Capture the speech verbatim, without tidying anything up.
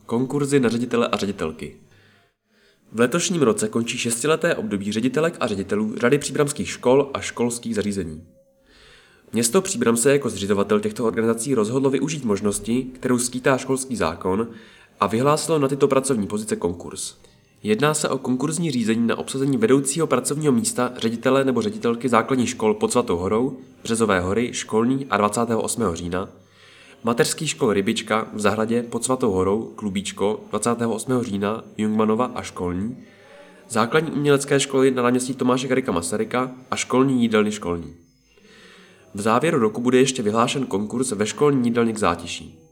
Konkurzy na ředitele a ředitelky. V letošním roce končí šestileté období ředitelek a ředitelů řady příbramských škol a školských zařízení. Město Příbram se jako zřizovatel těchto organizací rozhodlo využít možnosti, kterou skýtá školský zákon, a vyhlásilo na tyto pracovní pozice konkurs. Jedná se o konkurzní řízení na obsazení vedoucího pracovního místa ředitele nebo ředitelky základních škol pod Svatou Horou, Březové Hory, školní a dvacátého osmého října, mateřských škol Rybička v Zahradě pod Svatou Horou, Klubíčko dvacátého osmého října, Jungmanova a školní, základní umělecké školy na náměstí Tomáše Garrigua Masaryka a školní jídelny školní. V závěru roku bude ještě vyhlášen konkurs ve školní jídelně k Zátiší.